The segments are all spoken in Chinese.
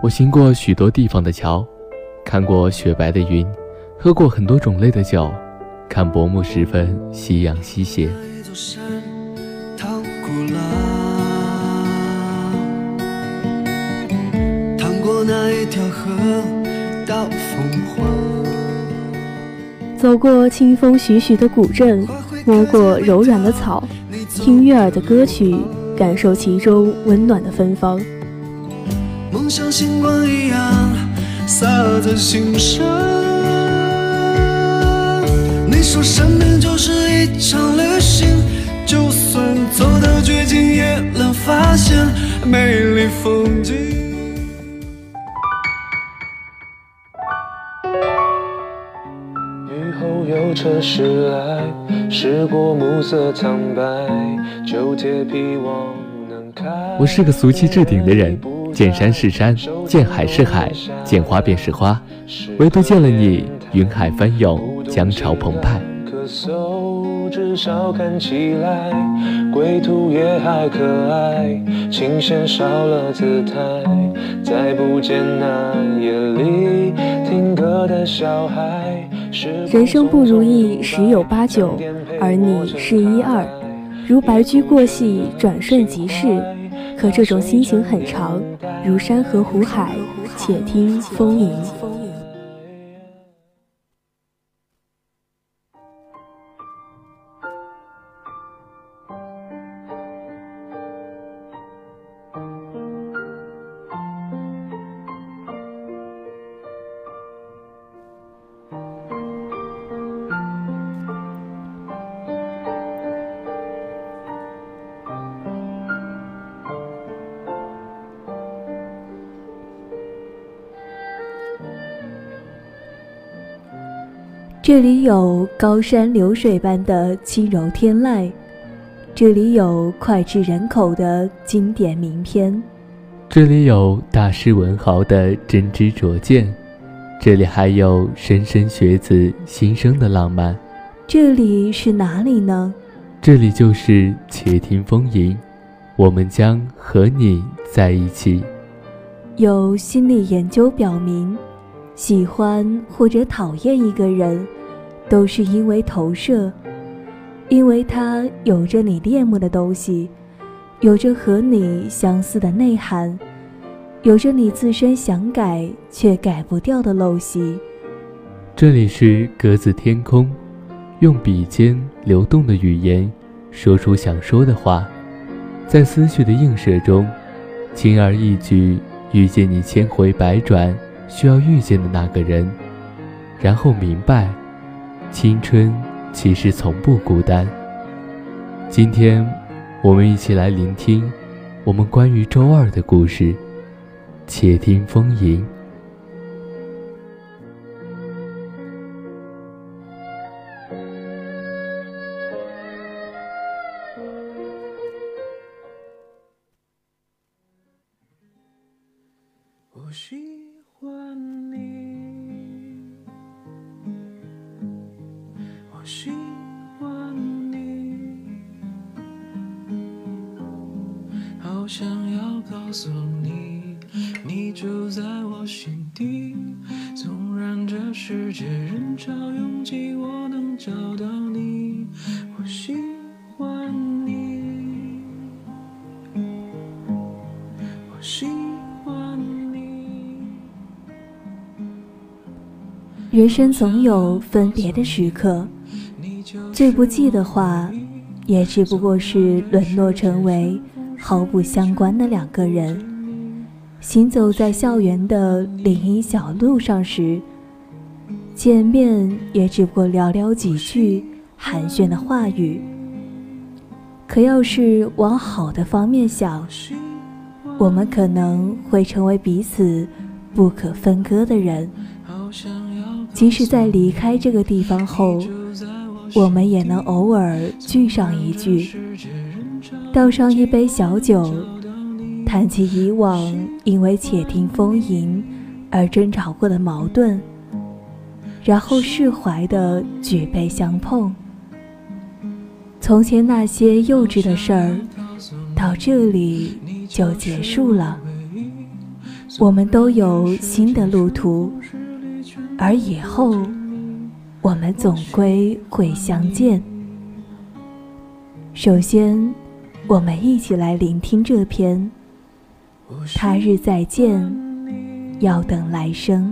我行过许多地方的桥，看过雪白的云，喝过很多种类的酒，看薄暮时分夕阳西斜。 趟过那一条河到凤凰， 走过清风徐徐的古镇，摸过柔软的草，听悦耳的歌曲，感受其中温暖的芬芳。 梦像星光一样洒在心上。你说生命就是一场旅行，就算走到绝境也能发现美丽风景。 雨后有车驶来，驶过暮色苍白，旧铁皮往南开。 我是个俗气至顶的人，见山是山，见海是海，见花便是花，唯独见了你，云海翻涌，江潮澎湃。 咳嗽至少看起来归途也还可爱，琴弦少了姿态，再不见那夜里听歌的小孩。 人生不如意十有八九，而你是一二，如白驹过隙，转瞬即逝。可这种心情很长，如山河湖海，且听风吟。这里有高山流水般的轻柔天籁，这里有脍炙人口的经典名篇， 这里有大师文豪的真知灼见，这里还有莘莘学子心声的浪漫。 这里是哪里呢？ 这里就是且听风吟，我们将和你在一起。 有心理研究表明，喜欢或者讨厌一个人，都是因为投射，因为他有着你恋慕的东西，有着和你相似的内涵，有着你自身想改却改不掉的陋习。 这里是格子天空，用笔尖流动的语言说出想说的话，在思绪的映射中，轻而易举遇见你千回百转需要遇见的那个人，然后明白青春其实从不孤单。今天我们一起来聆听我们关于周二的故事，且听风吟。 我喜欢你，我喜欢你，好想要告诉你，你就在我心底，纵然这世界人潮拥挤，我能找到你。我喜欢你，我喜欢你。 人生总有分别的时刻，最不济的话，也只不过是沦落成为毫不相关的两个人。行走在校园的林荫小路上时，见面也只不过寥寥几句寒暄的话语。可要是往好的方面想，我们可能会成为彼此不可分割的人。即使在离开这个地方后，我们也能偶尔聚上一聚，倒上一杯小酒，谈起以往因为且听风吟而争吵过的矛盾，然后释怀地举杯相碰。从前那些幼稚的事儿，到这里就结束了。 我们都有新的路途，而以后我们总归会相见。首先，我们一起来聆听这篇他日再见，要等来生。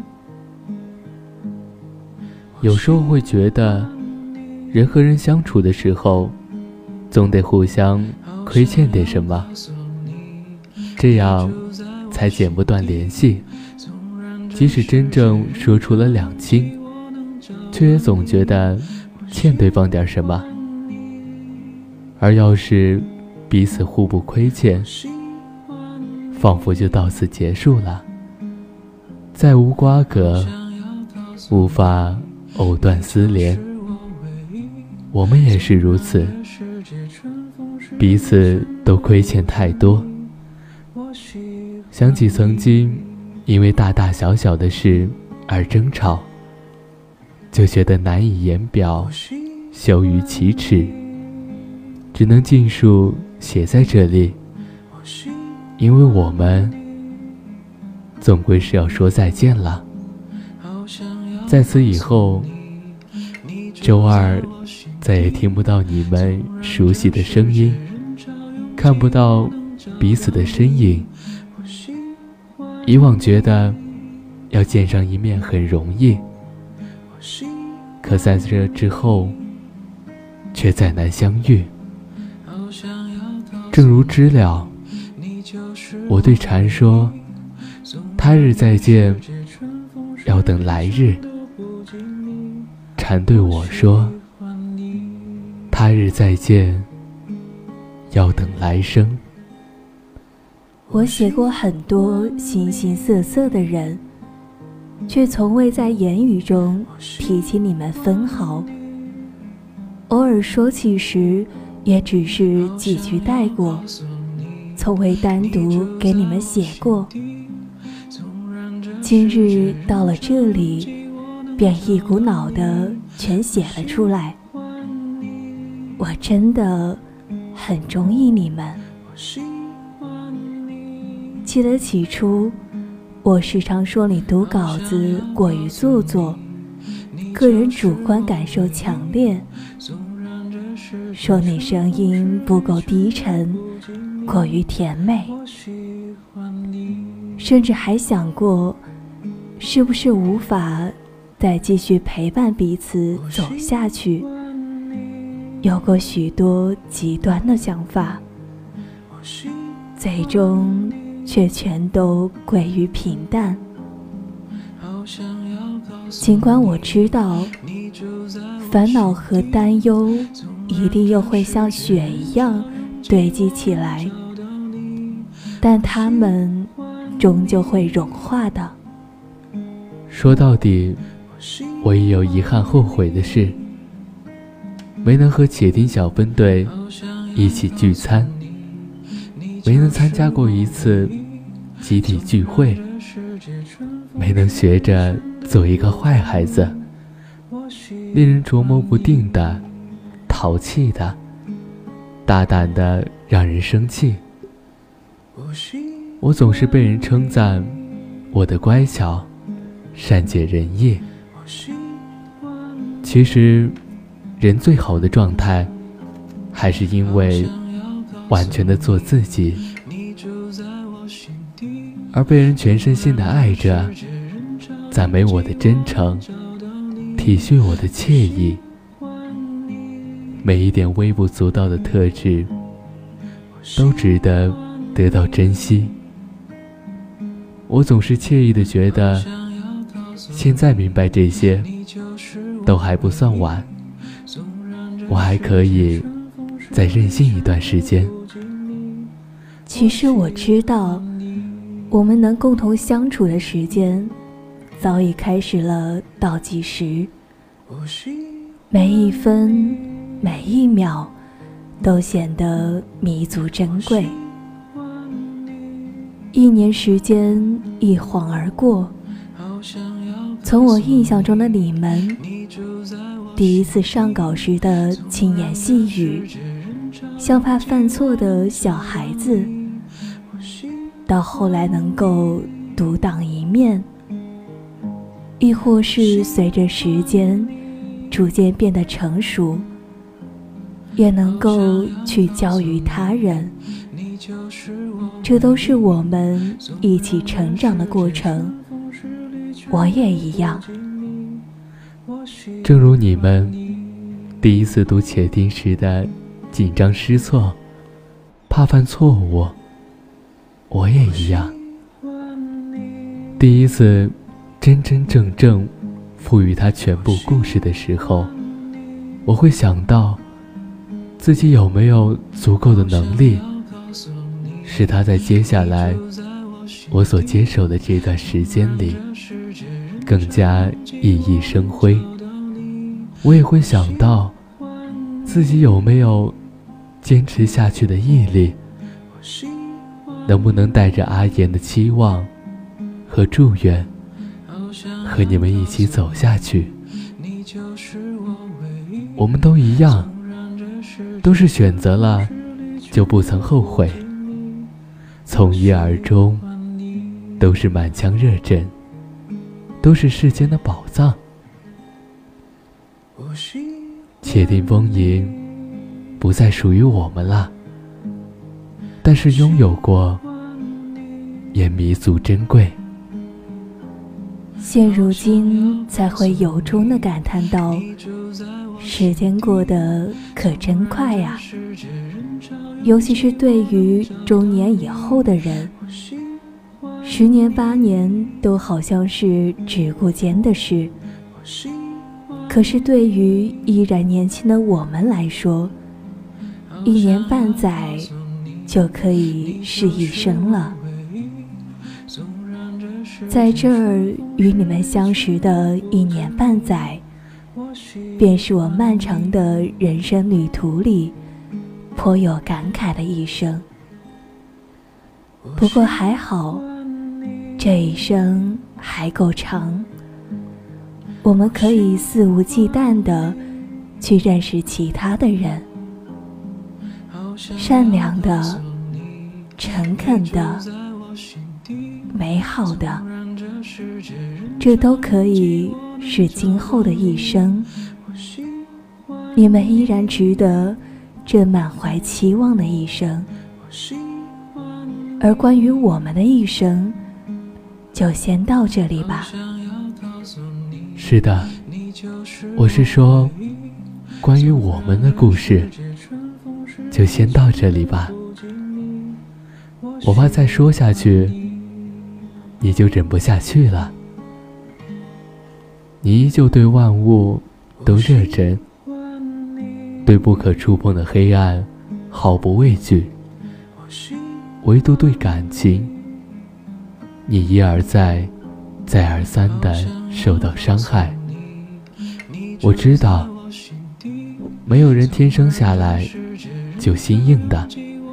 有时候会觉得人和人相处的时候总得互相亏欠点什么，这样才剪不断联系。即使真正说出了两清，却也总觉得欠对方点什么。而要是彼此互不亏欠，仿佛就到此结束了，再无瓜葛，无法藕断丝连。我们也是如此，彼此都亏欠太多。想起曾经因为大大小小的事而争吵，就觉得难以言表，羞于启齿，只能尽数写在这里，因为我们总归是要说再见了。在此以后，周二再也听不到你们熟悉的声音，看不到彼此的身影。以往觉得要见上一面很容易，可在这之后却再难相遇。正如知了，我对蝉说他日再见，要等来日。蝉对我说他日再见，要等来生。 我写过很多形形色色的人，却从未在言语中提起你们分毫。偶尔说起时，也只是几句带过，从未单独给你们写过。今日到了这里，便一股脑的全写了出来。我真的很中意你们。记得起初，我时常说你读稿子过于做作，个人主观感受强烈，说你声音不够低沉，过于甜美，甚至还想过是不是无法再继续陪伴彼此走下去，有过许多极端的想法，最终却全都归于平淡。尽管我知道烦恼和担忧一定又会像雪一样堆积起来，但它们终究会融化的。 说到底，我也有遗憾后悔的事，没能和且听小分队一起聚餐，没能参加过一次集体聚会，没能学着做一个坏孩子，令人琢磨不定的，淘气的，大胆的让人生气。我总是被人称赞我的乖巧，善解人意。其实人最好的状态还是因为完全的做自己，而被人全身心的爱着，赞美我的真诚，体恤我的惬意。每一点微不足道的特质都值得得到珍惜。我总是惬意地觉得，现在明白这些都还不算晚，我还可以再任性一段时间。 其实我知道，我们能共同相处的时间早已开始了倒计时，每一分每一秒都显得弥足珍贵。1年时间一晃而过，从我印象中的你们第一次上稿时的轻言细语，像怕犯错的小孩子，到后来能够独当一面，亦或是随着时间逐渐变得成熟，也能够去教育他人。这都是我们一起成长的过程，我也一样。 正如你们第一次读且听时的紧张失措，怕犯错误，我也一样。第一次真真正正赋予它全部故事的时候，我会想到自己有没有足够的能力，使它在接下来我所接手的这段时间里更加熠熠生辉。我也会想到自己有没有坚持下去的毅力，能不能带着阿言的期望和祝愿，和你们一起走下去。我们都一样，都是选择了就不曾后悔，从一而终，都是满腔热忱，都是世间的宝藏。且听风吟不再属于我们了，但是拥有过也弥足珍贵。 现如今才会由衷地感叹到，时间过得可真快呀，尤其是对于中年以后的人，10年8年都好像是只顾间的事，可是对于依然年轻的我们来说，1年半载就可以是一生了。在这儿与你们相识的1年半载，便是我漫长的人生旅途里颇有感慨的一生。不过还好，这一生还够长，我们可以肆无忌惮地去认识其他的人，善良的、诚恳的、美好的，这都可以是今后的一生。你们依然值得这满怀期望的一生，而关于我们的一生，就先到这里吧。 是的，我是说，关于我们的故事，就先到这里吧。我怕再说下去，你就忍不下去了。你依旧对万物都热忱，对不可触碰的黑暗毫不畏惧，唯独对感情，你一而再再而三地受到伤害。我知道没有人天生下来就心硬的，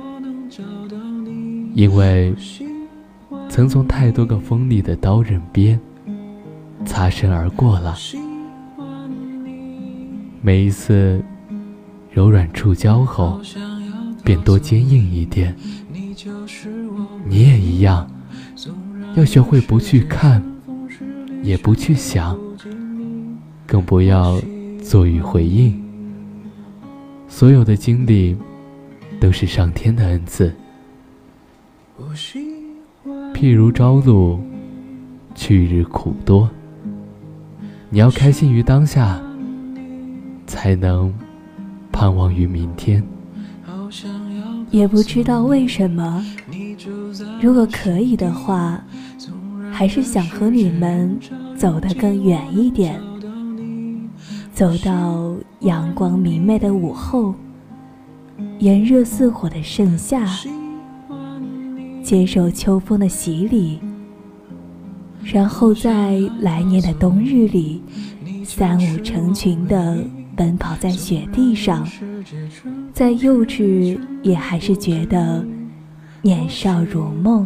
因为曾从太多个锋利的刀刃边擦身而过了。每一次柔软触礁后便多坚硬一点。你也一样，要学会不去看，也不去想，更不要做与回应。所有的经历都是上天的恩赐，譬如朝露，去日苦多。你要开心于当下，才能盼望于明天。 也不知道为什么，如果可以的话，还是想和你们走得更远一点，走到阳光明媚的午后，炎热似火的盛夏，接受秋风的洗礼，然后在来年的冬日里三五成群地奔跑在雪地上，再幼稚也还是觉得年少如梦。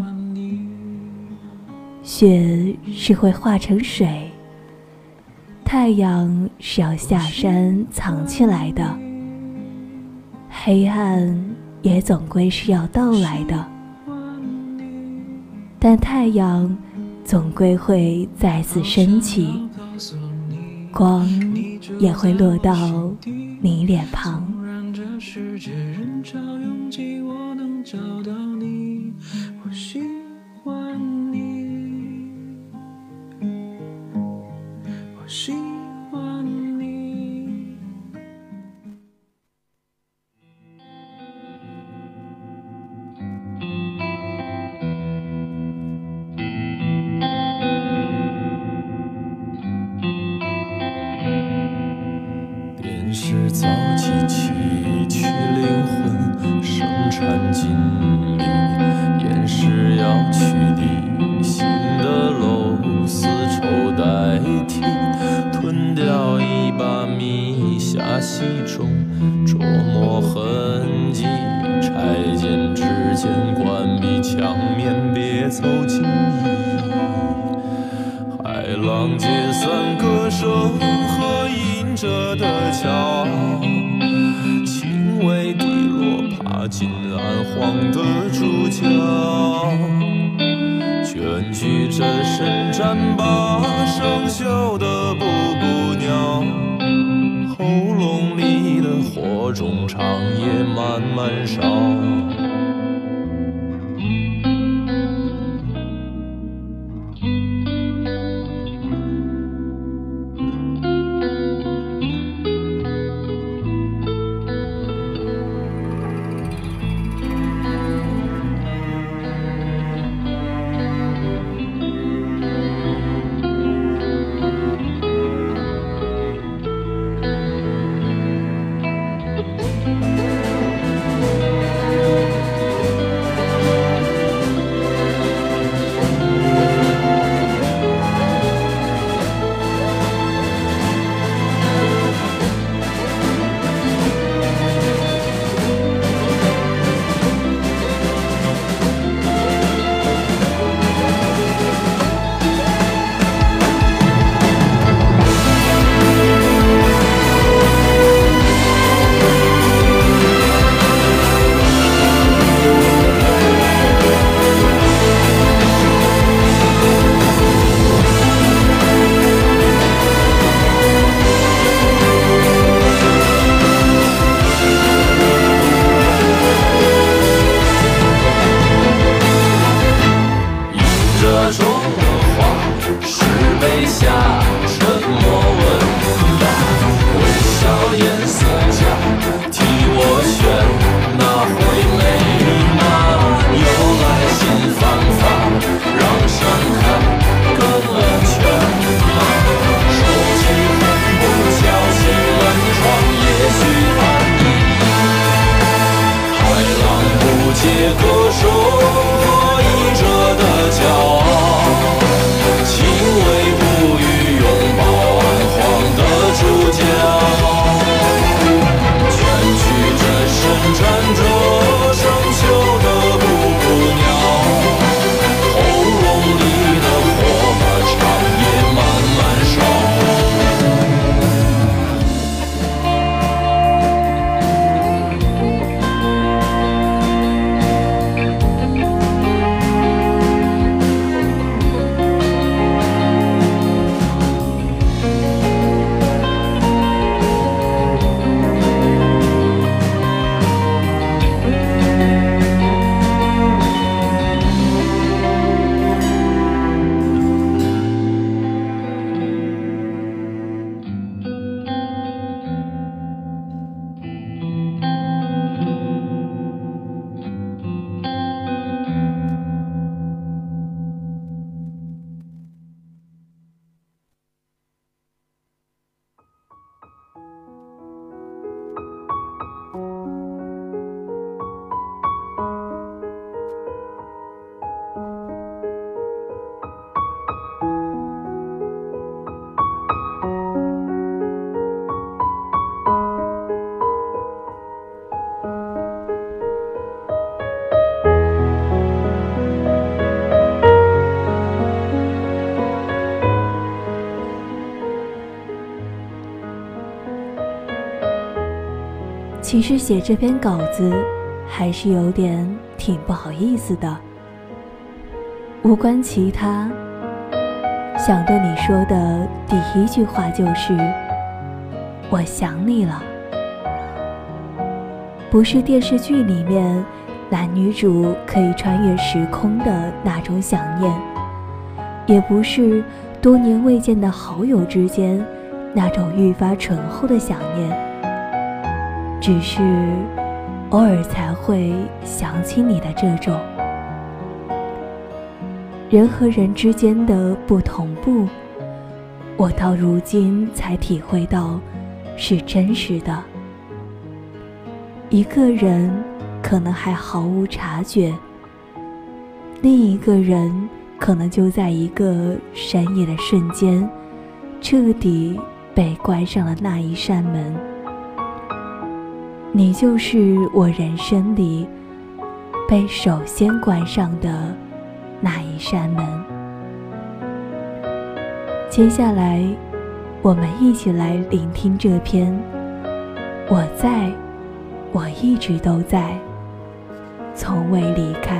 雪是会化成水，太阳是要下山藏起来的，黑暗也总归是要到来的，但太阳总归会再次升起，光也会落到你脸庞。 这世界人潮拥挤，我能找到你，我喜欢你，我喜欢你。 电视早起提取灵魂，生产精力，厌世要取缔，新的楼丝绸代替，吞掉一把米，下戏中琢磨痕迹，拆建之间关闭墙面，别凑近意，海浪解散歌声和隐着的骄傲，轻微滴落爬进暗黄的主角，卷曲着伸展把生锈的布谷鸟，喉咙里的火种长夜慢慢烧。 其实写这篇稿子还是有点挺不好意思的，无关其他， 想对你说的第一句话就是我想你了。不是电视剧里面男女主可以穿越时空的那种想念，也不是多年未见的好友之间那种愈发醇厚的想念，只是偶尔才会想起你的这种。人和人之间的不同步，我到如今才体会到是真实的。一个人可能还毫无察觉，另一个人可能就在一个深夜的瞬间彻底被关上了那一扇门。你就是我人生里被首先关上的那一扇门。接下来我们一起来聆听这篇我在，我一直都在，从未离开。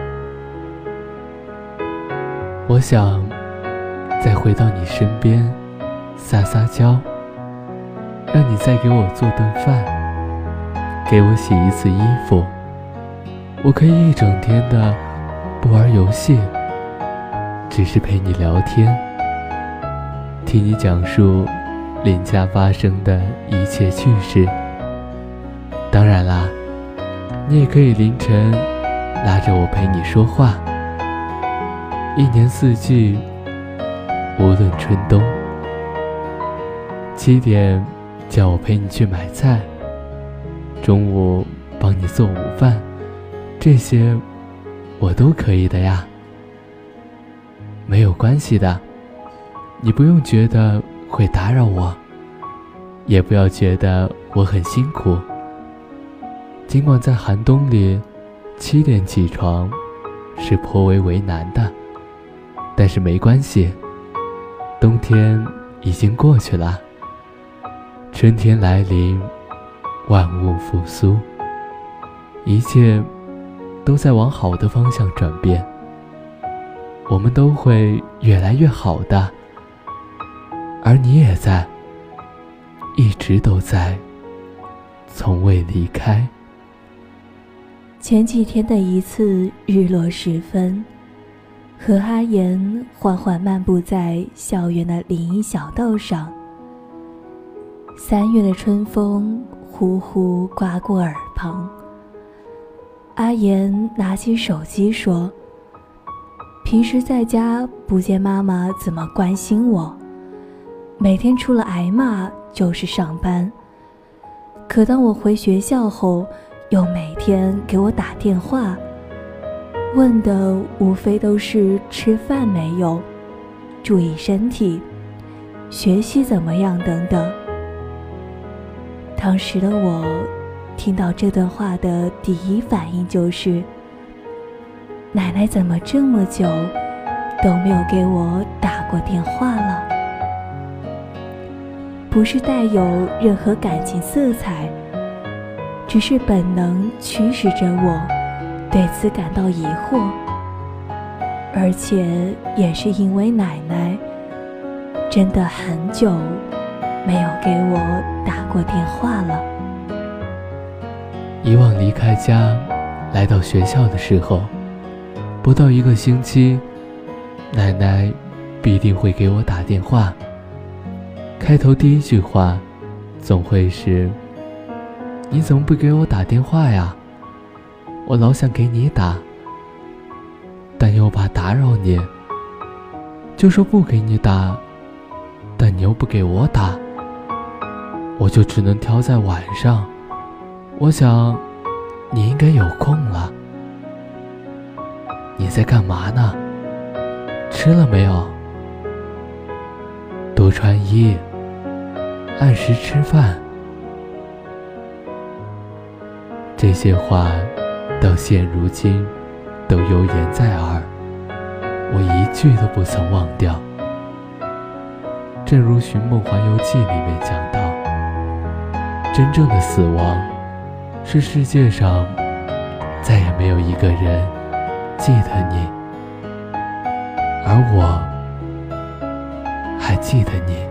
我想再回到你身边撒撒娇，让你再给我做顿饭，给我洗一次衣服。我可以一整天的不玩游戏，只是陪你聊天，听你讲述邻家发生的一切趣事。当然啦，你也可以凌晨拉着我陪你说话，一年四季，无论春冬。7点叫我陪你去买菜，中午帮你做午饭，这些我都可以的呀。没有关系的，你不用觉得会打扰我，也不要觉得我很辛苦。尽管在寒冬里7点起床是颇为为难的，但是没关系，冬天已经过去了，春天来临，万物复苏，一切都在往好的方向转变，我们都会越来越好的，而你也在，一直都在，从未离开。 前几天的一次日落时分，和阿言缓缓漫步在校园的林荫小道上，3月的春风呼呼刮过耳旁。阿言拿起手机说，平时在家不见妈妈怎么关心我，每天除了挨骂就是上班，可当我回学校后，又每天给我打电话，问的无非都是吃饭没有，注意身体，学习怎么样等等。当时的我听到这段话的第一反应就是，奶奶怎么这么久都没有给我打过电话了？不是带有任何感情色彩，只是本能驱使着我对此感到疑惑，而且也是因为奶奶真的很久没有给我打过电话了。 以往离开家来到学校的时候，不到1个星期，奶奶必定会给我打电话，开头第一句话总会是，你怎么不给我打电话呀？我老想给你打，但又怕打扰你，就说不给你打，但你又不给我打，我就只能挑在晚上，我想你应该有空了。你在干嘛呢？吃了没有？多穿衣，按时吃饭。这些话到现如今都犹言在耳，我一句都不曾忘掉。正如《寻梦环游记》里面讲到，真正的死亡是世界上再也没有一个人记得你，而我还记得你。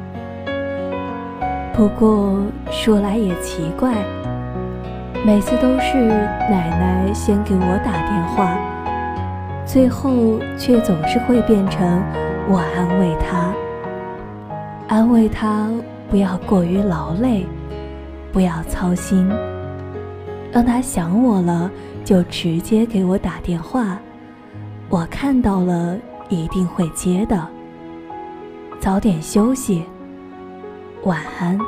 不过说来也奇怪，每次都是奶奶先给我打电话，最后却总是会变成我安慰她，安慰她不要过于劳累，不要操心，让她想我了就直接给我打电话，我看到了一定会接的。早点休息，晚安。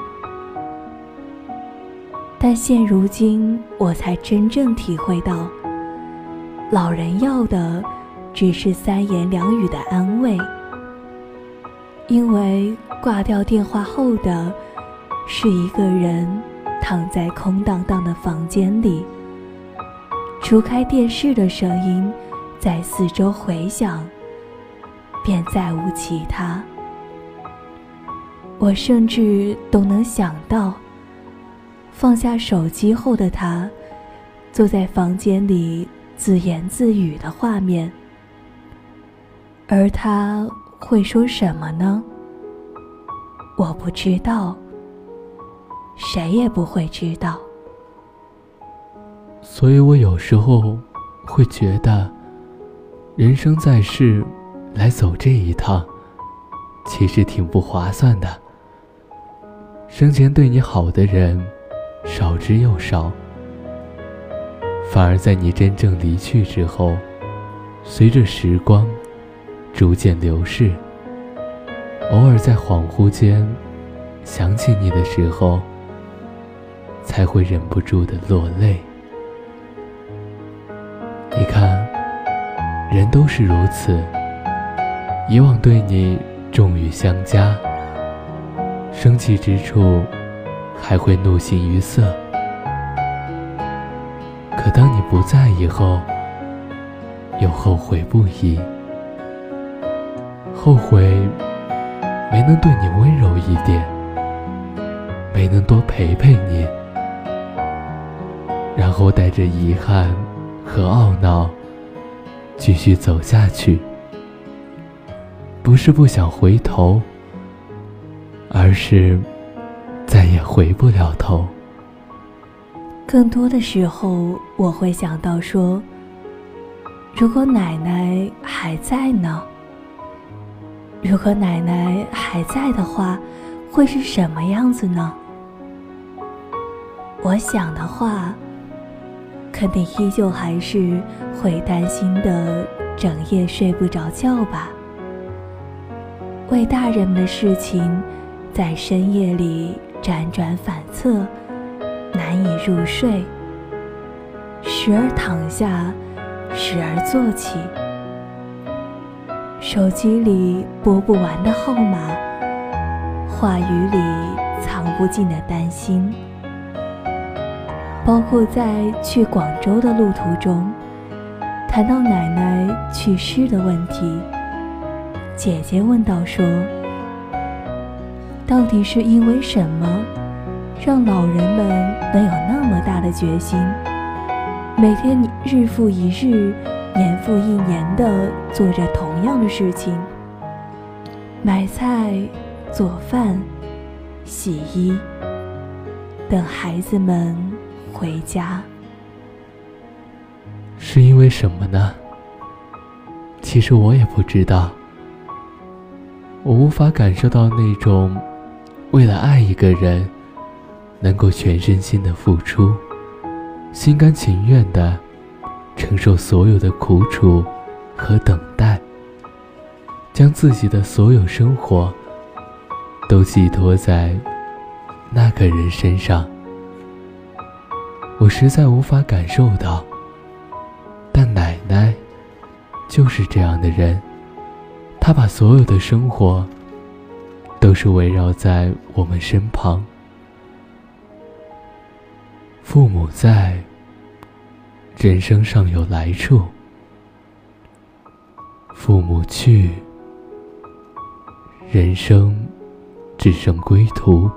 但现如今我才真正体会到，老人要的只是3言2语的安慰，因为挂掉电话后的是一个人躺在空荡荡的房间里，除开电视的声音在四周回响，便再无其他。我甚至都能想到，放下手机后的他坐在房间里自言自语的画面，而他会说什么呢？我不知道，谁也不会知道。 所以我有时候会觉得，人生在世来走这一趟，其实挺不划算的。生前对你好的人少之又少，反而在你真正离去之后，随着时光逐渐流逝，偶尔在恍惚间想起你的时候，才会忍不住的落泪。你看，人都是如此，以往对你重语相加，生气之处还会怒形于色，可当你不在以后，又后悔不已，后悔没能对你温柔一点，没能多陪陪你，然后带着遗憾和懊恼继续走下去。不是不想回头，而是再也回不了头。 更多的时候我会想到说，如果奶奶还在呢？如果奶奶还在的话，会是什么样子呢？我想的话，肯定依旧还是会担心的整夜睡不着觉吧。为大人们的事情在深夜里辗转反侧，难以入睡，时而躺下，时而坐起，手机里拨不完的号码，话语里藏不尽的担心。包括在去广州的路途中，谈到奶奶去世的问题，姐姐问到说，到底是因为什么让老人们能有那么大的决心，每天日复一日，年复一年地做着同样的事情，买菜、做饭、洗衣，等孩子们回家。 是因为什么呢？其实我也不知道。我无法感受到那种为了爱一个人能够全身心的付出，心甘情愿的承受所有的苦楚和等待，将自己的所有生活都寄托在那个人身上。我实在无法感受到，但奶奶就是这样的人，她把所有的生活都是围绕在我们身旁。父母在，人生尚有来处；父母去，人生只剩归途。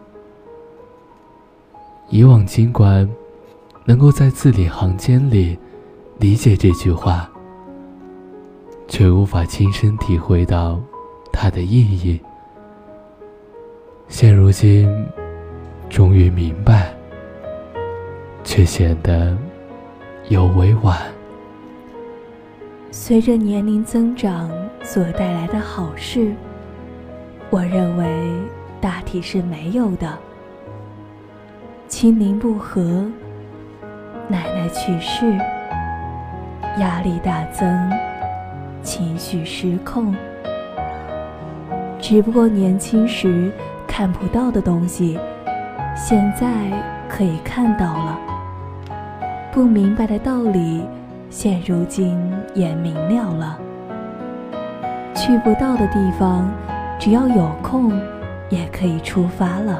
以往尽管能够在字里行间里理解这句话，却无法亲身体会到它的意义现如今终于明白，却显得尤为晚。 随着年龄增长所带来的好事，我认为大体是没有的。亲邻不和，奶奶去世，压力大增，情绪失控。只不过年轻时看不到的东西，现在可以看到了；不明白的道理，现如今也明了了。去不到的地方，只要有空，也可以出发了。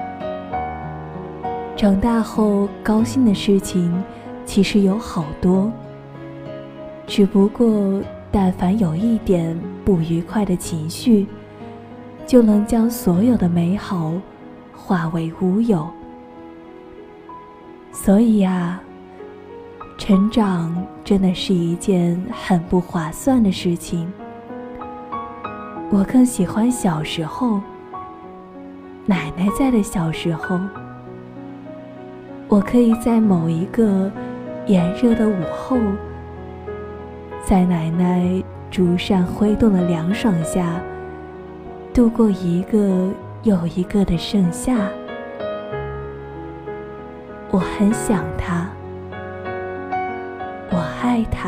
长大后高兴的事情其实有好多，只不过但凡有一点不愉快的情绪，就能将所有的美好化为乌有。所以啊，成长真的是一件很不划算的事情。我更喜欢小时候，奶奶在的小时候。我可以在某一个炎热的午后，在奶奶竹扇挥动的凉爽下，度过一个又一个的盛夏。我很想她，我爱她。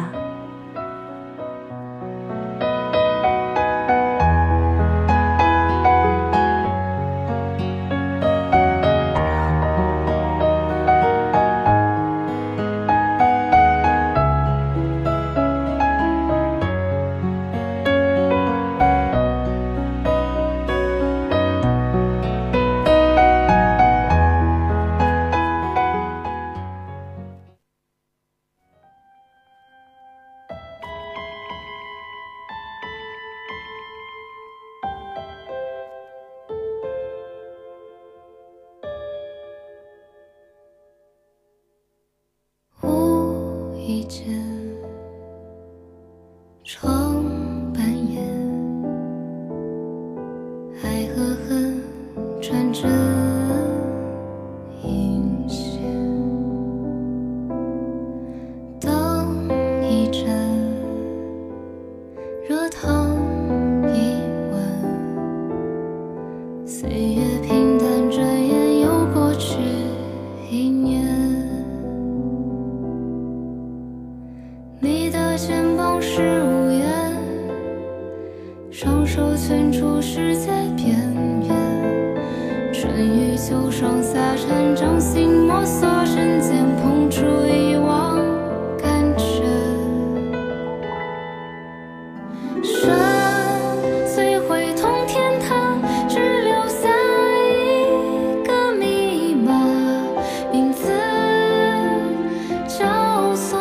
一间窗半掩，爱和恨穿针引线，灯一盏，热汤一碗，岁月平淡，转眼又过去一年。你的肩膀是屋檐，双手圈出世界边缘，春雨秋霜洒成掌心，摩挲针尖，碰触遗忘感觉。山摧毁通天塔，只留下一个密码，名字叫做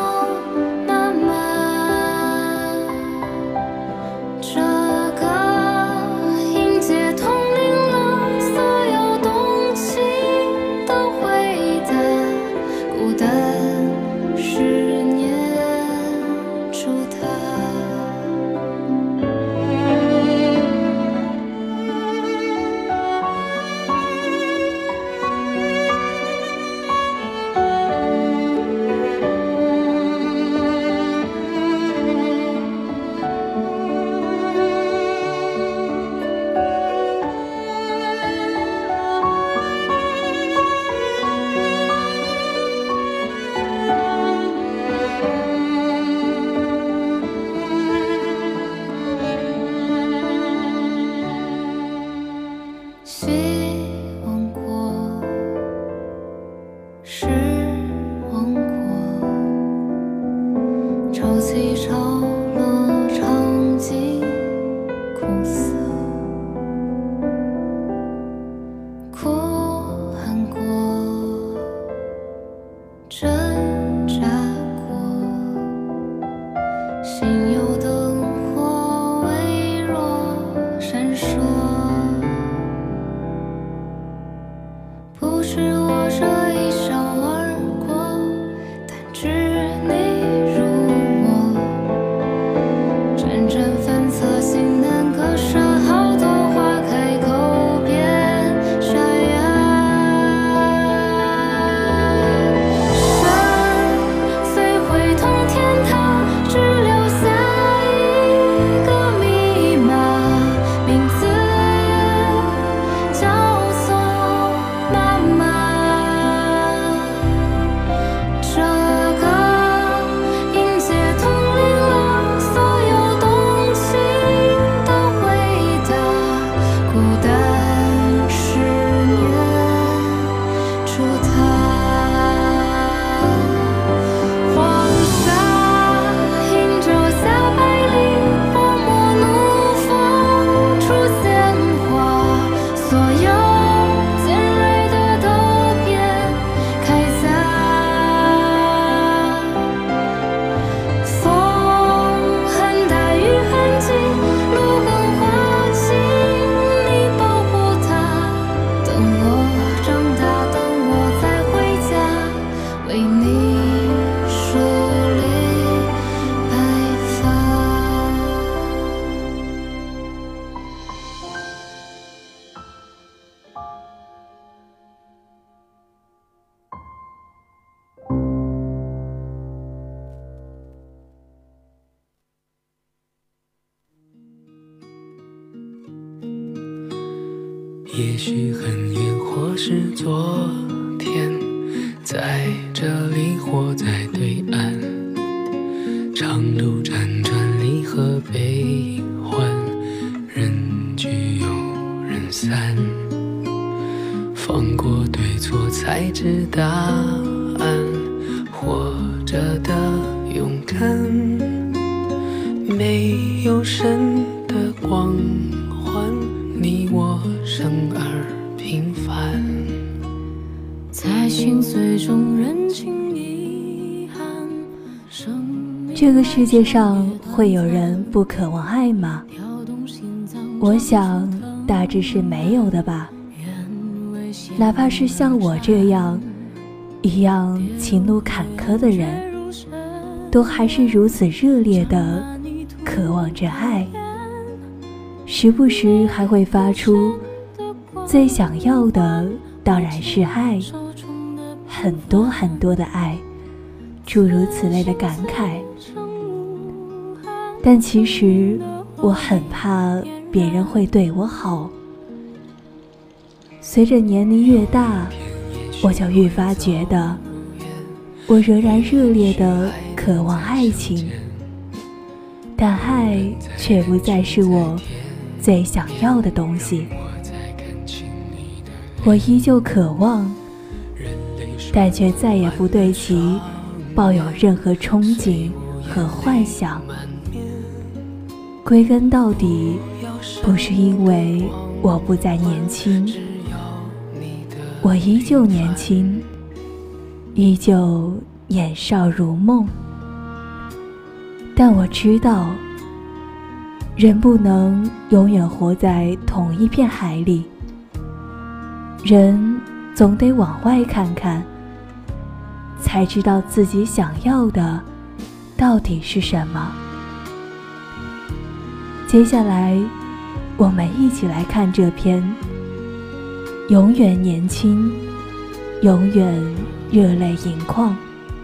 为你梳理白发。 也许很远，或是昨天，在这里或在对岸，长路辗转，离合悲欢，人聚又人散，放过对错才知答案，活着的勇敢，没有神的光环，你我生而平凡， 在心碎中认清遗憾。 这个世界上会有人不渴望爱吗？我想大致是没有的吧。哪怕是像我这样一样情路坎坷的人，都还是如此热烈地渴望着爱，时不时还会发出最想要的当然是爱，很多很多的爱，诸如此类的感慨。但其实我很怕别人会对我好。随着年龄越大，我就愈发觉得我仍然热烈地渴望爱情，但爱却不再是我最想要的东西。我依旧渴望，但却再也不对其抱有任何憧憬和幻想。归根到底，不是因为我不再年轻，我依旧年轻，依旧年少如梦。但我知道，人不能永远活在同一片海里，人总得往外看看，才知道自己想要的到底是什么。接下来，我们一起来看这篇永远年轻，永远热泪盈眶。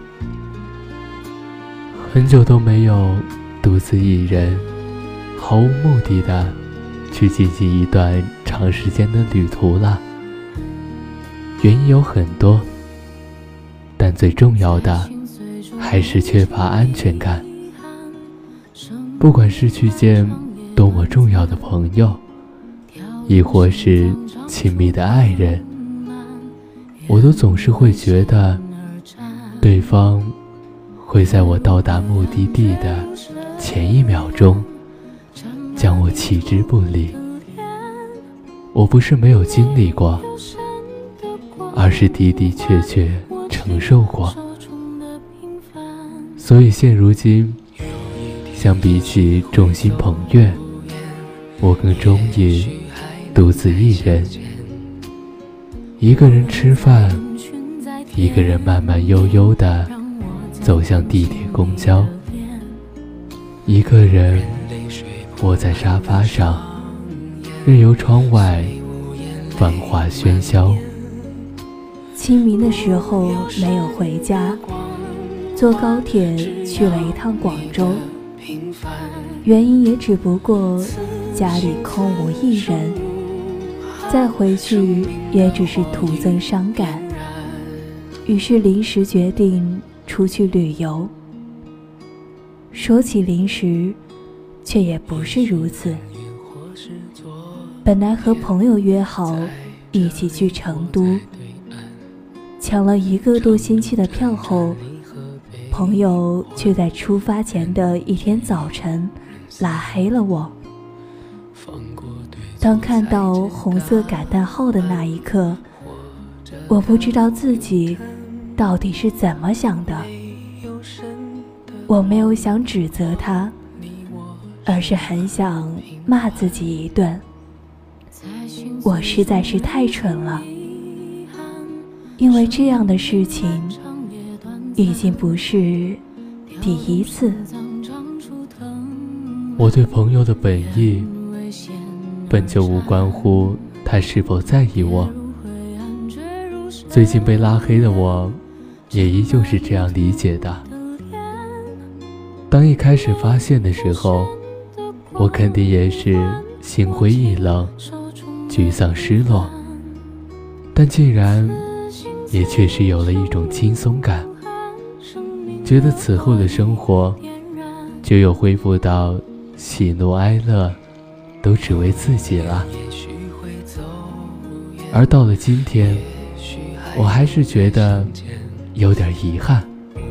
很久都没有独自一人毫无目的的去进行一段长时间的旅途了。原因有很多，但最重要的还是缺乏安全感。不管是去见多么重要的朋友，亦或是亲密的爱人，我都总是会觉得对方会在我到达目的地的前一秒钟将我弃之不理。我不是没有经历过，而是的的确确承受过。所以现如今，相比起众星捧月，我更中意独自一人，一个人吃饭，一个人慢慢悠悠地走向地铁公交，一个人窝在沙发上，任由窗外繁华喧嚣。 清明的时候没有回家，坐高铁去了一趟广州，原因也只不过家里空无一人，再回去也只是徒增伤感，于是临时决定出去旅游。说起临时，却也不是如此。本来和朋友约好一起去成都，抢了1个多星期的票后，朋友却在出发前的一天早晨拉黑了我。当看到红色感叹号的那一刻，我不知道自己到底是怎么想的。我没有想指责他，而是很想骂自己一顿。我实在是太蠢了，因为这样的事情已经不是第一次。 我对朋友的本意本就无关乎他是否在意我，最近被拉黑的我也依旧是这样理解的。当一开始发现的时候，我肯定也是心灰意冷，沮丧失落，但竟然也确实有了一种轻松感，觉得此后的生活就又恢复到喜怒哀乐都只为自己了。而到了今天，我还是觉得有点遗憾，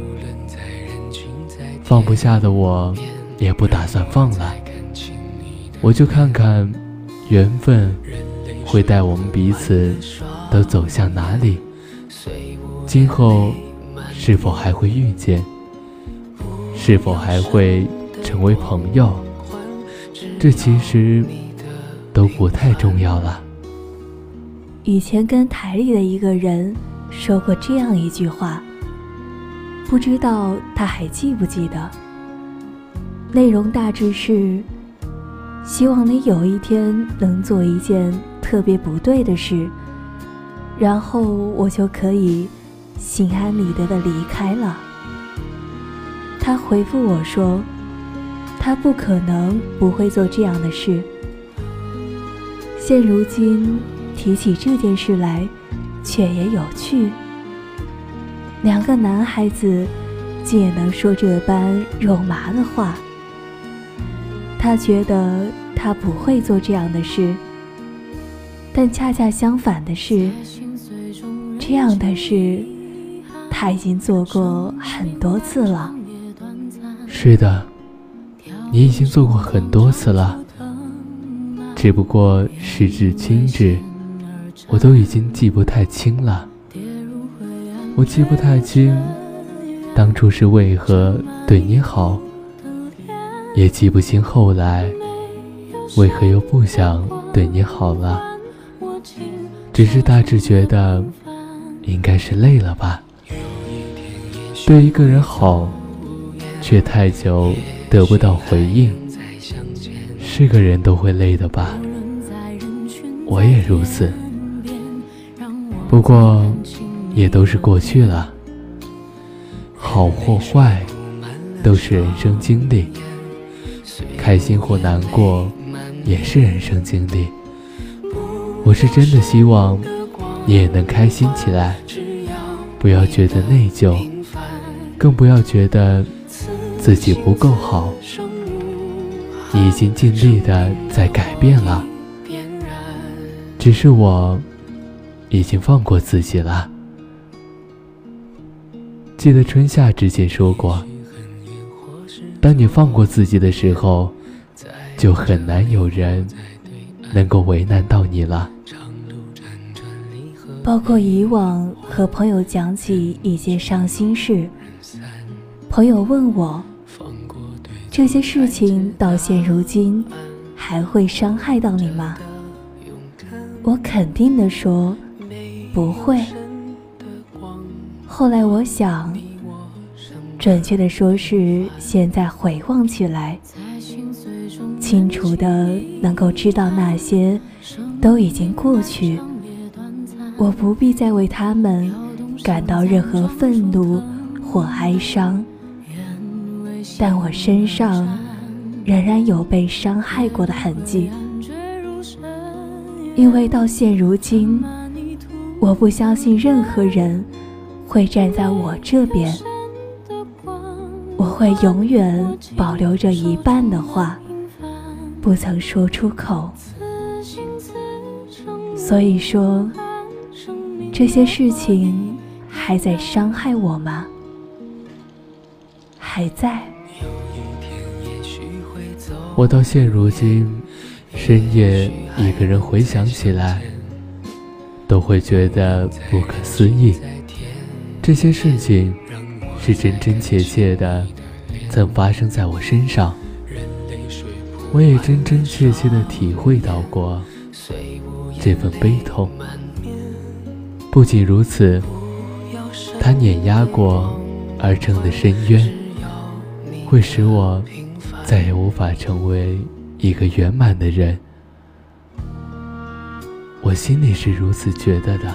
放不下的我也不打算放了，我就看看缘分会带我们彼此都走向哪里，今后是否还会遇见，是否还会成为朋友，这其实都不太重要了。 以前跟台里的一个人说过这样一句话，不知道他还记不记得。内容大致是：希望你有一天能做一件特别不对的事，然后我就可以心安理得地离开了。他回复我说，他不可能不会做这样的事。现如今提起这件事来，却也有趣。两个男孩子竟也能说这般肉麻的话。他觉得他不会做这样的事，但恰恰相反的是，这样的事他已经做过很多次了。 是的，你已经做过很多次了，只不过时至今日，我都已经记不太清了。我记不太清当初是为何对你好，也记不清后来为何又不想对你好了，只是大致觉得应该是累了吧。对一个人好，却太久得不到回应，是个人都会累的吧。我也如此，不过也都是过去了。好或坏都是人生经历，开心或难过也是人生经历。我是真的希望你也能开心起来，不要觉得内疚，更不要觉得自己不够好。你已经尽力的在改变了，只是我已经放过自己了。记得春夏之前说过，当你放过自己的时候，就很难有人能够为难到你了。 包括以往和朋友讲起一些伤心事，朋友问我，这些事情到现如今还会伤害到你吗？我肯定地说不会。后来我想，准确地说是现在回望起来，清楚地能够知道那些都已经过去，我不必再为他们感到任何愤怒或哀伤，但我身上仍然有被伤害过的痕迹。因为到现如今，我不相信任何人会站在我这边，我会永远保留着一半的话，不曾说出口。所以说，这些事情还在伤害我吗？还在。 我到现如今，深夜一个人回想起来，都会觉得不可思议。这些事情是真真切切的曾发生在我身上，我也真真切切的体会到过这份悲痛。不仅如此，它碾压过而成的深渊，会使我再也无法成为一个圆满的人。我心里是如此觉得的，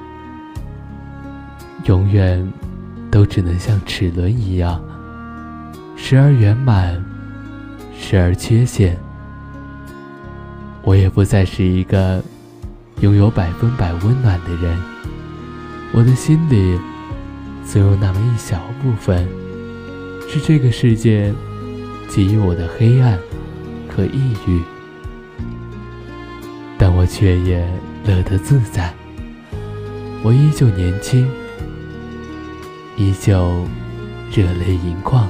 永远都只能像齿轮一样，时而圆满，时而缺陷。我也不再是一个拥有100%温暖的人，我的心里总有那么一小部分是这个世界给予我的黑暗和抑郁，但我却也乐得自在。我依旧年轻，依旧热泪盈眶。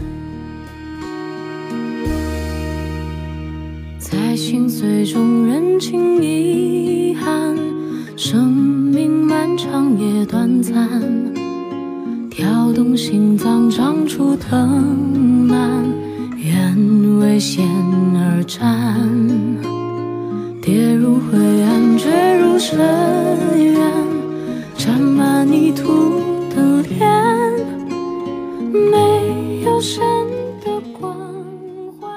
在心碎中认清遗憾，生命漫长也短暂，跳动心脏长出藤蔓，愿为险而战，跌入灰暗坠入深渊，沾满泥土的脸，没有神的光环。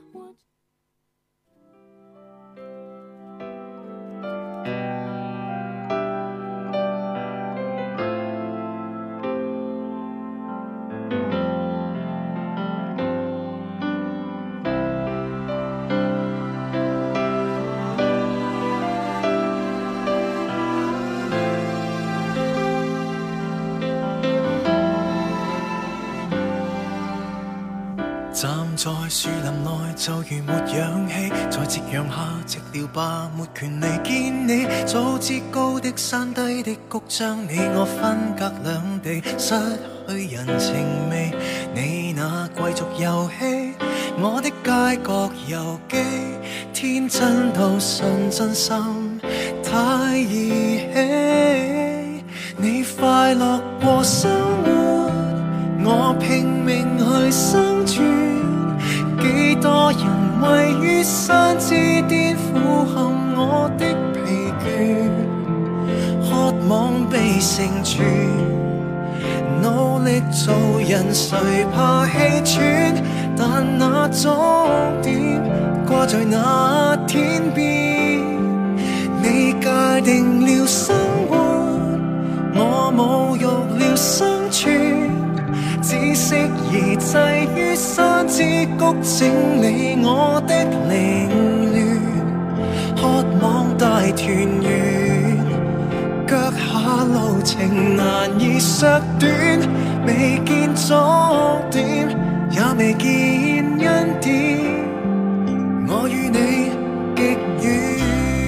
站在樹林內就如沒氧氣，在夕陽下寂寥吧，沒權利見你。早知高的山低的谷將你我分隔兩地，失去人情味。你那貴族遊戲，我的街角遊記，天真到信真心太兒戲。你快樂過生活，我拼命去生存，幾多人位於山之巔俯瞰我的疲倦，渴望被成全，努力做人誰怕氣喘，但那終點掛在那天邊。你界定了生活，我侮辱了生存，只適宜滯於山之谷，整理我的凌亂，渴望大團圓，腳下路程難以削短，未見終點，也未見恩典，我與你極遠。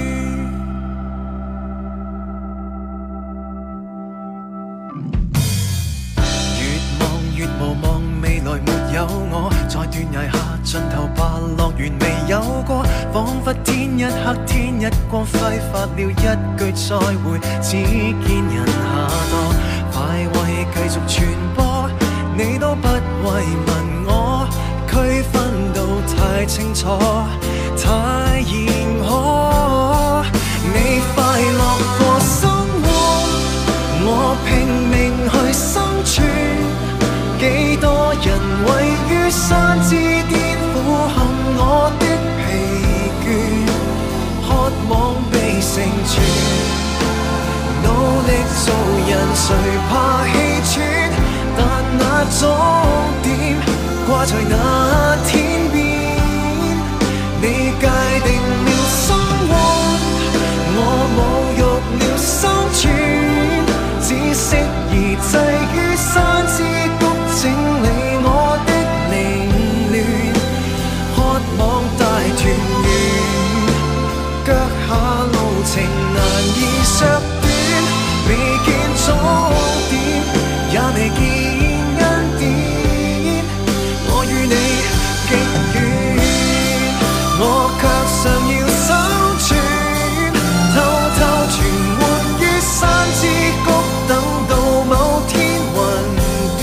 越無望未來沒有我，在斷崖下盡頭吧樂園未有過，彷彿天一黑天一光，揮發了一句再會，只見人下墮。快慰繼續傳播，你都不慰問我，區分到太清楚，太嚴苛。你快樂過生活，我拼命去生存，幾多人位於山之巔俯瞰我的疲倦，渴望被成全，努力做人誰怕氣喘，但那終點掛在那天邊。你界定了生活，我侮辱了生存，只適宜滯於山之谷，整理我的凌亂，渴望大團圓，腳下路程難以削短，未見終點，也未見恩典，我與你極遠，我卻尚要生存，偷偷存活於山之谷，等到某天雲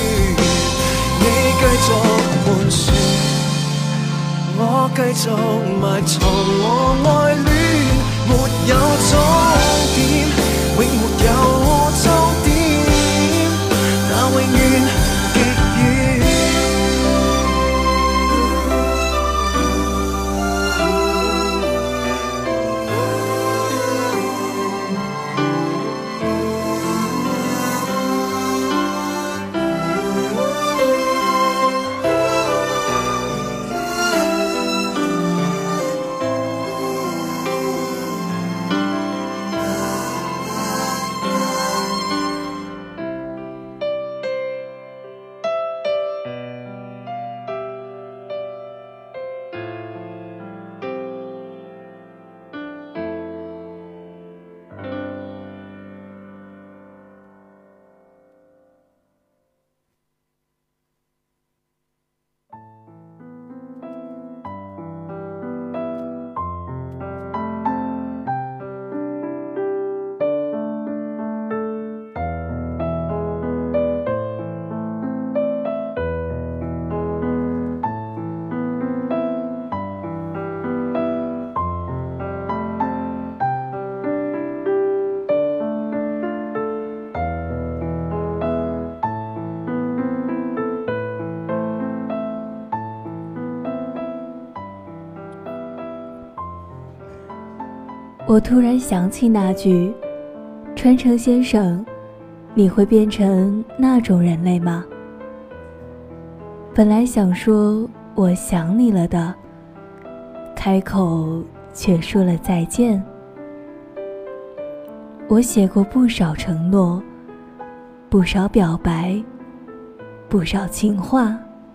繼續盤旋，我繼續埋藏我愛戀，沒有終點，永沒有終點，那永遠極我突然想起那句：川城先生，你会变成那种人类吗？本来想说我想你了的，开口却说了再见。我写过不少承诺，不少表白，不少情话，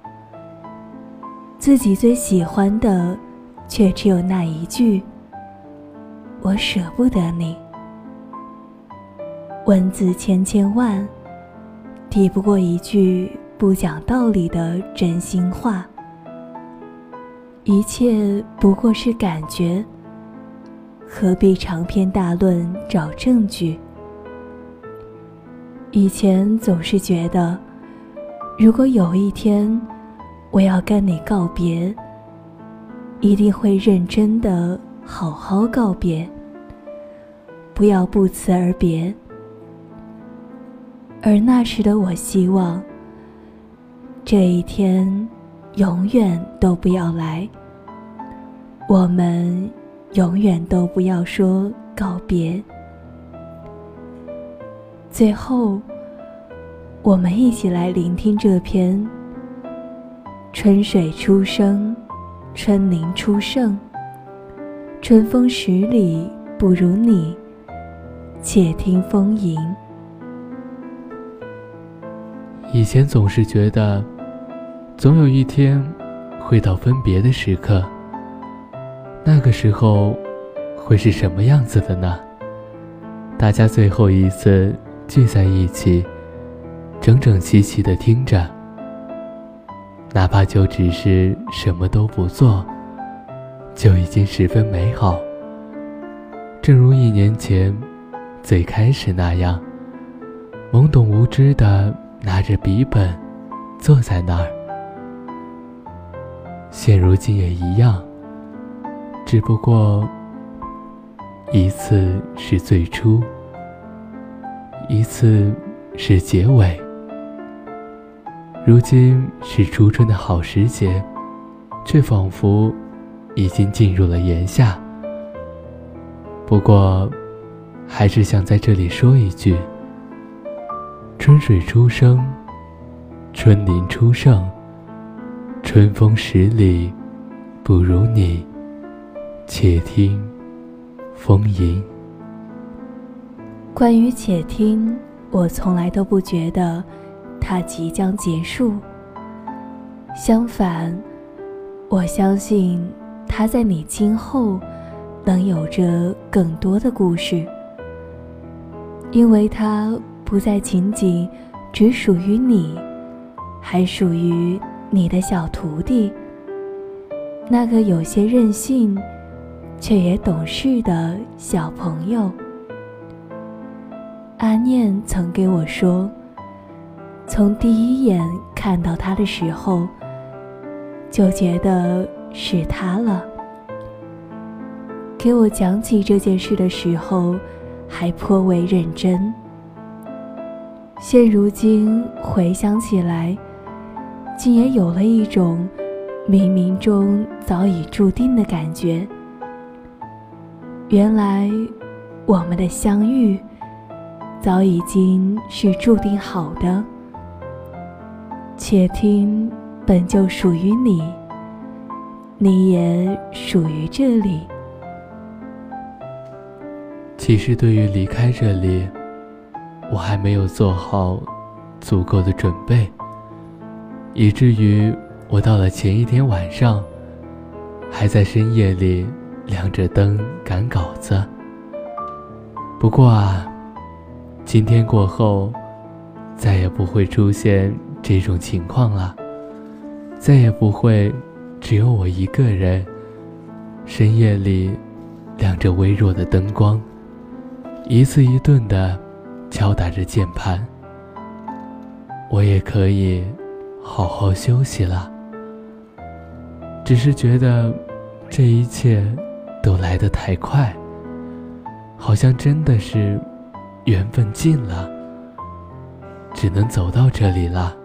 自己最喜欢的却只有那一句：我舍不得你。文字千千万，抵不过一句不讲道理的真心话。一切不过是感觉，何必长篇大论找证据？以前总是觉得，如果有一天我要跟你告别，一定会认真的好好告别，不要不辞而别。而那时的我希望，这一天永远都不要来，我们永远都不要说告别。最后，我们一起来聆听这篇春水初生，春林初盛，春风十里不如你，且听风吟。 以前总是觉得，总有一天会到分别的时刻，那个时候会是什么样子的呢？大家最后一次聚在一起，整整齐齐地听着，哪怕就只是什么都不做，就已经十分美好。正如1年前最开始那样，懵懂无知地拿着笔本坐在那儿。现如今也一样，只不过一次是最初，一次是结尾。如今是初春的好时节，却仿佛已经进入了炎夏。不过还是想在这里说一句：春水初生，春林初盛，春风十里不如你，且听风吟。 关于且听，我从来都不觉得它即将结束，相反，我相信它在你今后能有着更多的故事，因为它不再仅仅只属于你，还属于你的小徒弟，那个有些任性却也懂事的小朋友。阿念曾给我说，从第一眼看到他的时候，就觉得是他了。给我讲起这件事的时候，还颇为认真。现如今回想起来，竟也有了一种冥冥中早已注定的感觉。原来我们的相遇早已经是注定好的。且听本就属于你，你也属于这里。 其实对于离开这里，我还没有做好足够的准备，以至于我到了前一天晚上，还在深夜里亮着灯赶稿子。不过啊，今天过后，再也不会出现这种情况了，再也不会只有我一个人，深夜里亮着微弱的灯光，一字一顿地敲打着键盘。我也可以好好休息了。只是觉得这一切都来得太快，好像真的是缘分尽了，只能走到这里了，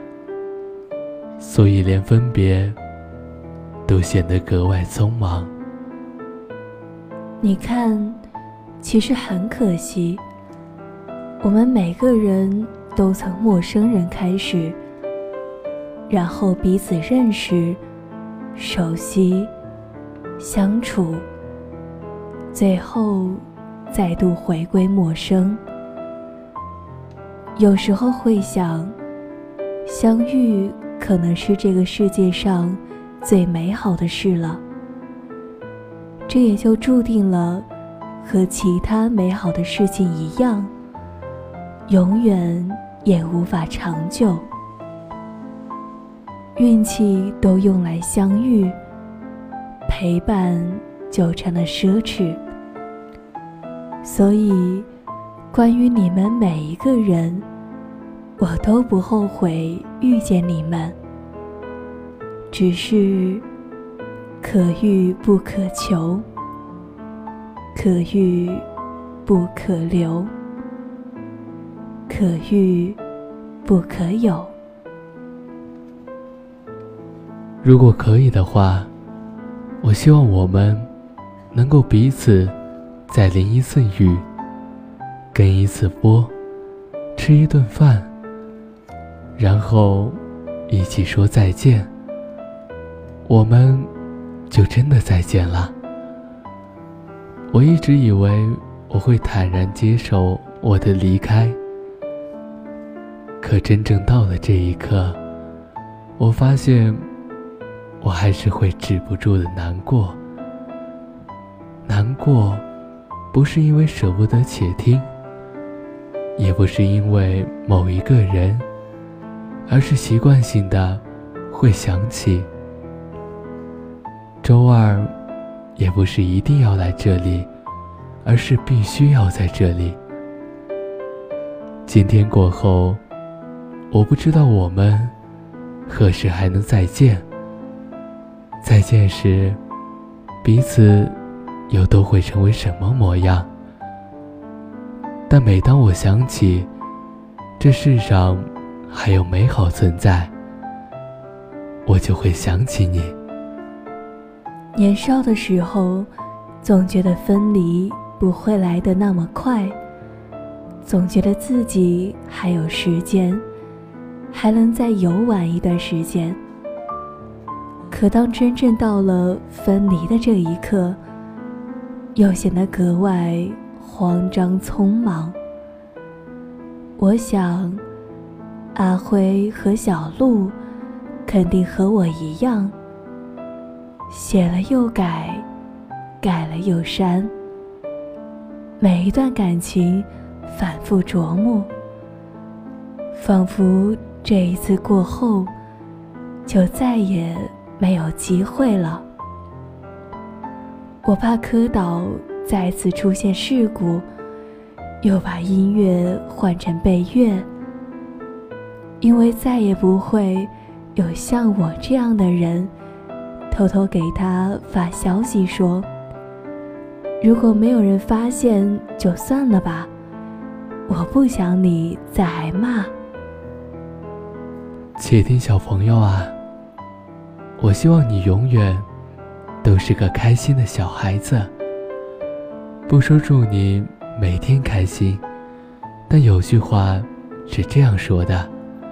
所以连分别都显得格外匆忙。 你看， 其实很可惜，我们每个人都从陌生人开始，然后彼此认识、熟悉、相处，最后再度回归陌生。有时候会想，相遇可能是这个世界上最美好的事了，这也就注定了和其他美好的事情一样，永远也无法长久。运气都用来相遇，陪伴就成了奢侈。所以关于你们每一个人，我都不后悔遇见你们，只是可遇不可求，可遇不可留，可遇不可有。 如果可以的话，我希望我们能够彼此再淋一次雨，跟一次波，吃一顿饭，然后一起说再见，我们就真的再见了。我一直以为我会坦然接受我的离开，可真正到了这一刻，我发现我还是会止不住的难过。难过不是因为舍不得且听，也不是因为某一个人，而是习惯性的会想起。周二也不是一定要来这里，而是必须要在这里。今天过后，我不知道我们何时还能再见。再见时，彼此又都会成为什么模样？但每当我想起这世上还有美好存在，我就会想起你。 年少的时候，总觉得分离不会来得那么快，总觉得自己还有时间，还能再游玩一段时间。可当真正到了分离的这一刻，又显得格外慌张匆忙。我想，阿辉和小鹿肯定和我一样，写了又改，改了又删，每一段感情反复琢磨，仿佛这一次过后，就再也没有机会了。我怕柯导再次出现事故，又把音乐换成背乐，因为再也不会有像我这样的人偷偷给他发消息说，如果没有人发现就算了吧，我不想你再挨骂。 且听小朋友啊，我希望你永远都是个开心的小孩子。不说祝你每天开心，但有句话是这样说的：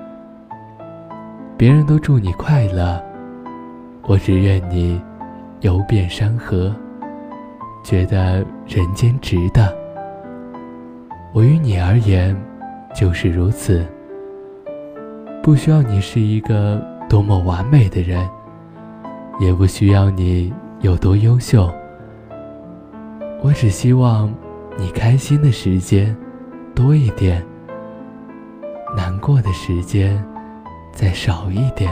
别人都祝你快乐，我只愿你游遍山河，觉得人间值得。我于你而言就是如此，不需要你是一个多么完美的人，也不需要你有多优秀，我只希望你开心的时间多一点，难过的时间再少一点。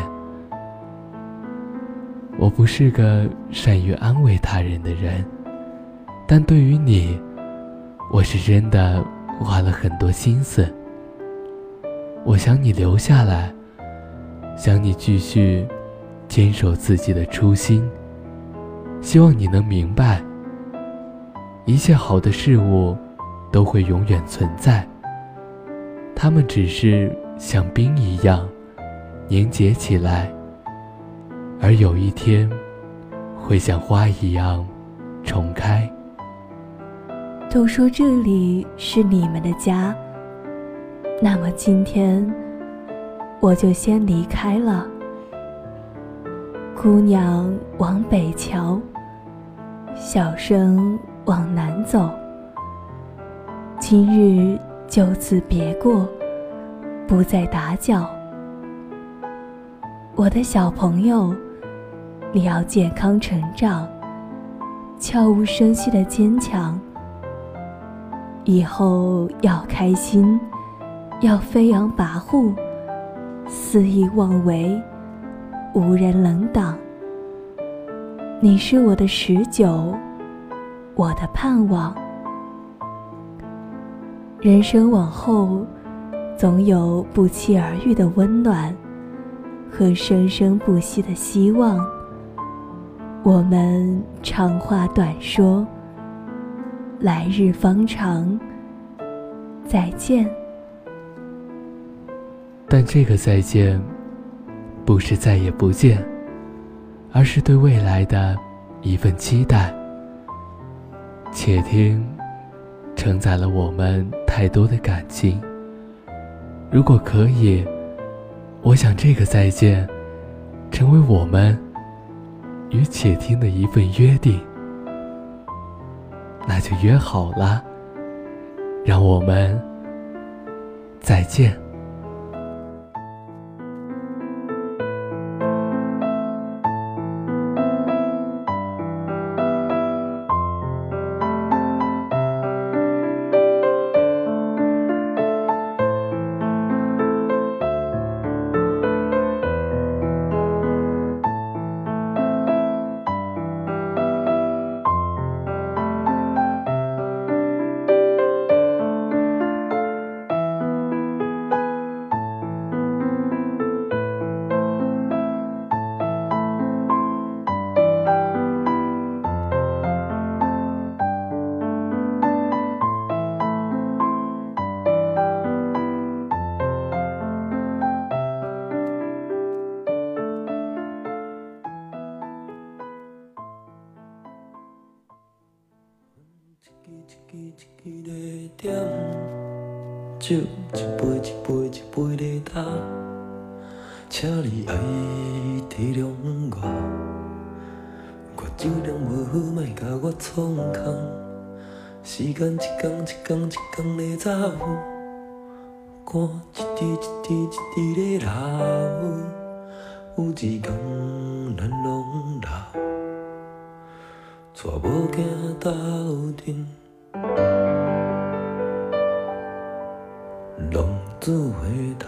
我不是个善于安慰他人的人，但对于你，我是真的花了很多心思。我想你留下来，想你继续坚守自己的初心，希望你能明白，一切好的事物都会永远存在，它们只是像冰一样凝结起来，而有一天会像花一样重开。 都说这里是你们的家，那么今天我就先离开了。姑娘往北瞧，小生往南走，今日就此别过，不再打搅。我的小朋友，你要健康成长，悄无声息的坚强，以后要开心，要飞扬跋扈，肆意妄为，无人能挡。你是我的19，我的盼望。人生往后，总有不期而遇的温暖和生生不息的希望。我们长话短说，来日方长，再见。 但这个再见，不是再也不见，而是对未来的一份期待。且听，承载了我们太多的感情。如果可以，我想这个再见，成为我们与且听的一份约定。那就约好了，让我们再见。 酒一杯一杯一杯在干，请你爱体谅我，我酒量无好，莫甲我创空。时间一天一天一天在走，汗一滴一滴一滴在流，有一天咱拢老，带某囝斗阵。浪子回头。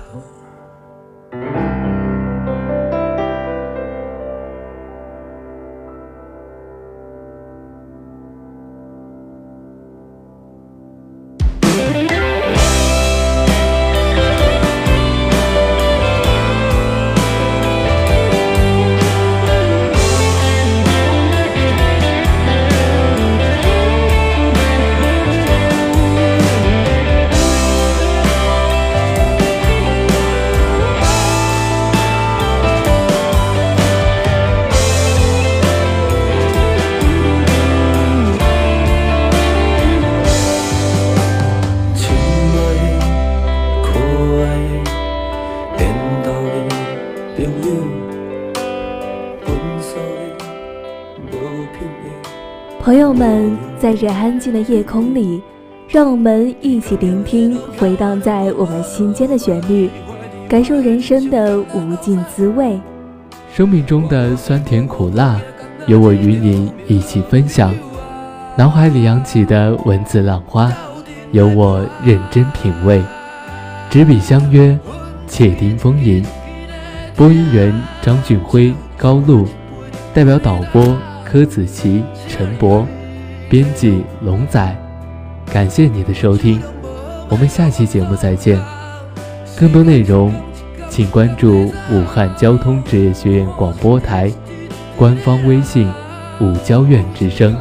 朋友们，在这安静的夜空里，让我们一起聆听回荡在我们心间的旋律，感受人生的无尽滋味。 生命中的酸甜苦辣，由我与你一起分享。脑海里扬起的文字浪花，由我认真品味。执笔相约，窃听风吟。播音员张俊辉、高露，代表导播柯子琪、陈博，编辑龙仔。感谢你的收听，我们下期节目再见。更多内容请关注武汉交通职业学院广播台官方微信武交院之声。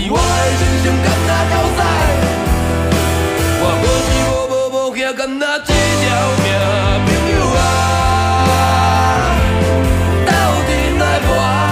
我的人生敢若狗屎，我无钱无囝，敢若一条命，朋友啊，斗阵来搏。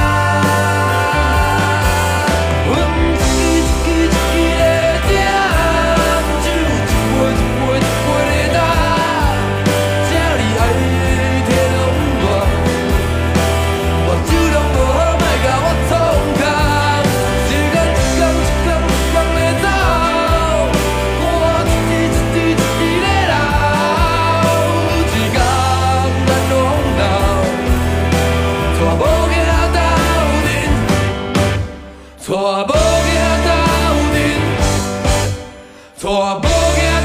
带无囝斗阵，带无囝